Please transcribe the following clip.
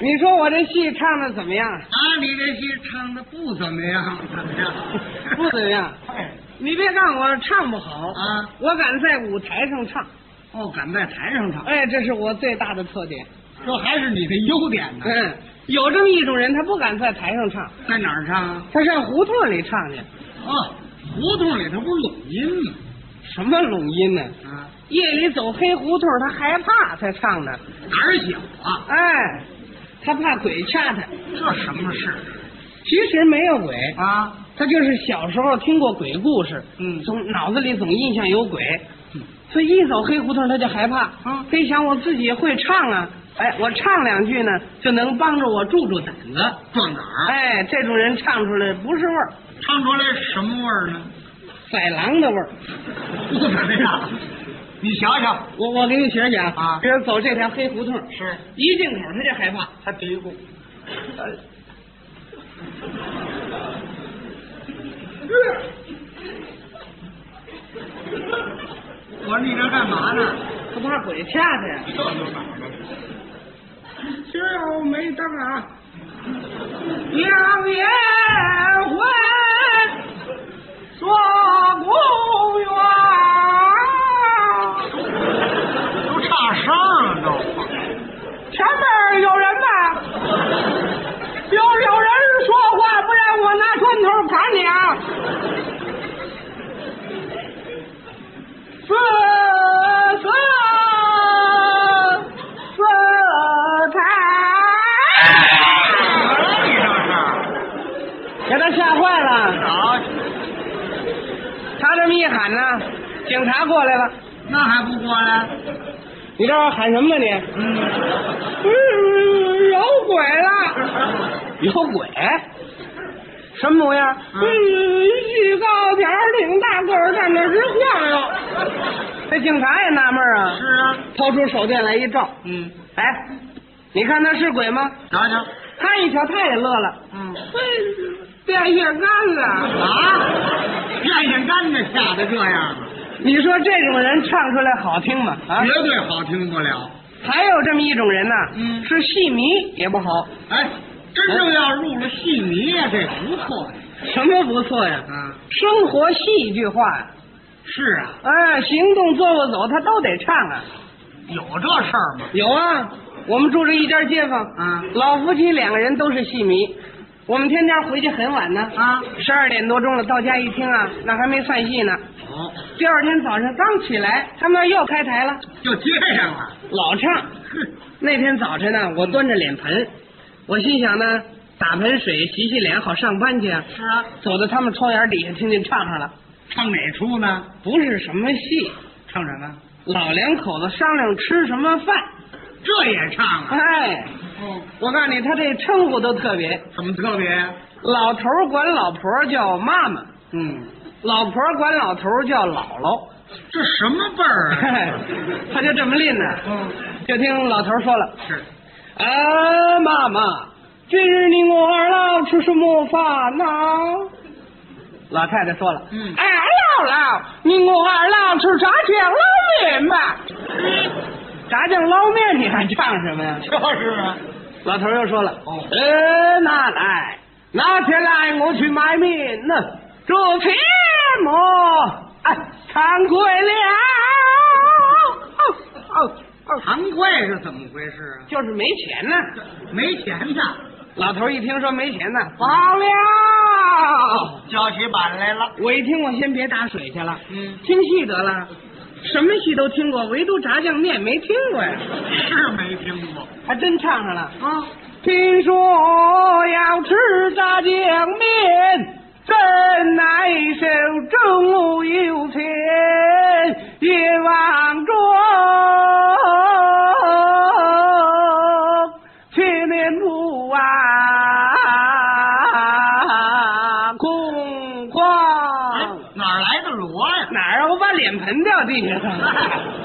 你说我这戏唱的怎么样？ 啊，你这戏唱的不怎么样，怎么样？ 不怎么样。 哎， 你别看我唱不好啊， 我敢在舞台上唱。 哦，敢在台上唱， 哎，这是我最大的特点。 这还是你的优点呢。 嗯，有这么一种人，他不敢在台上唱， 在哪儿唱啊？ 他上胡同里唱去。 哦，胡同里头不是拢音吗？ 什么拢音呢？ 啊， 夜里走黑胡同，他害怕才唱的。 胆儿小啊！ 哎，他怕鬼掐他。 这什么事其实没有鬼啊？ 他就是小时候听过鬼故事， 总脑子里总印象有鬼，所以一走黑胡同他就害怕。他一想我自己会唱啊，哎，我唱两句呢，就能帮助我壮胆子， 壮胆儿。 哎，这种人唱出来不是味儿， 唱出来什么味儿呢？ 宰狼的味儿。 不怎么样。你瞧瞧， 我给你学学啊， 比如走这条黑胡同， 是一进口他就害怕， 他嘀咕。我说你这干嘛呢？ 他怕鬼掐他呀。 这就哪儿了？ 只有没灯啊，两眼魂做公园。 都差声了都。 前面有人吧？有人说话，不然我拿砖头砍你啊！给他吓坏了。他这么一喊呢，警察过来了。 那还不过来？ 你这喊什么呢你？有鬼了！有鬼？什么模样？细高条挺大个儿，站那直晃悠。这警察也纳闷啊。 是啊。 掏出手电来一照。哎，你看那是鬼吗？ 瞧瞧。 他一瞧，他也乐了。电线杆子啊！电线杆子吓得这样啊！ 你说这种人唱出来好听吗？啊， 绝对好听不了。 还有这么一种人呢，是戏迷也不好。 哎，真正要入了戏迷呀，这不错呀。 什么不错呀？生活戏剧化呀。 是啊。 哎，行动坐不走，他都得唱啊。 有这事儿吗？ 有啊，我们住着一家街坊，老夫妻两个人都是戏迷。我们天天回去很晚呢，12点多钟了，到家一听啊，那还没算戏呢。第二天早上刚起来，他们又开台了， 就接上了， 老唱。那天早晨呢，我端着脸盆，我心想呢，打盆水洗洗脸好上班去啊。 是啊， 走到他们窗沿底下，听见唱上了。 唱哪出呢？ 不是什么戏， 唱什么？ 老两口子商量吃什么饭。 这也唱啊？ 哎，我告诉你，他这称呼都特别。 怎么特别呀？ 老头管老婆叫妈妈，老婆管老头叫姥姥。 这什么辈儿啊？ 他就这么拎呢。就听老头说了：“ 是， 妈妈，今日你我二老吃什么饭呢？”老太太说了：“姥姥，你我二老吃炸酱捞面吧。”炸酱捞面你还唱什么呀？ 就是啊。 老头又说了：“拿来，拿钱来，我去买面呢。这钱么，惭愧了。” 惭愧是怎么回事啊？ 就是没钱呢。 没钱呢。 老头一听说没钱呢，糟了， 叫起板来了。 我一听，我先别打水去了，听戏得了。什么戏都听过，唯独炸酱面没听过呀。 是没听过， 还真唱上了。听说要吃炸酱面，真乃手中有钱也望着千年不啊空旷。 哪儿来的锣呀？ 哪儿啊？我把脸盆掉地下上了。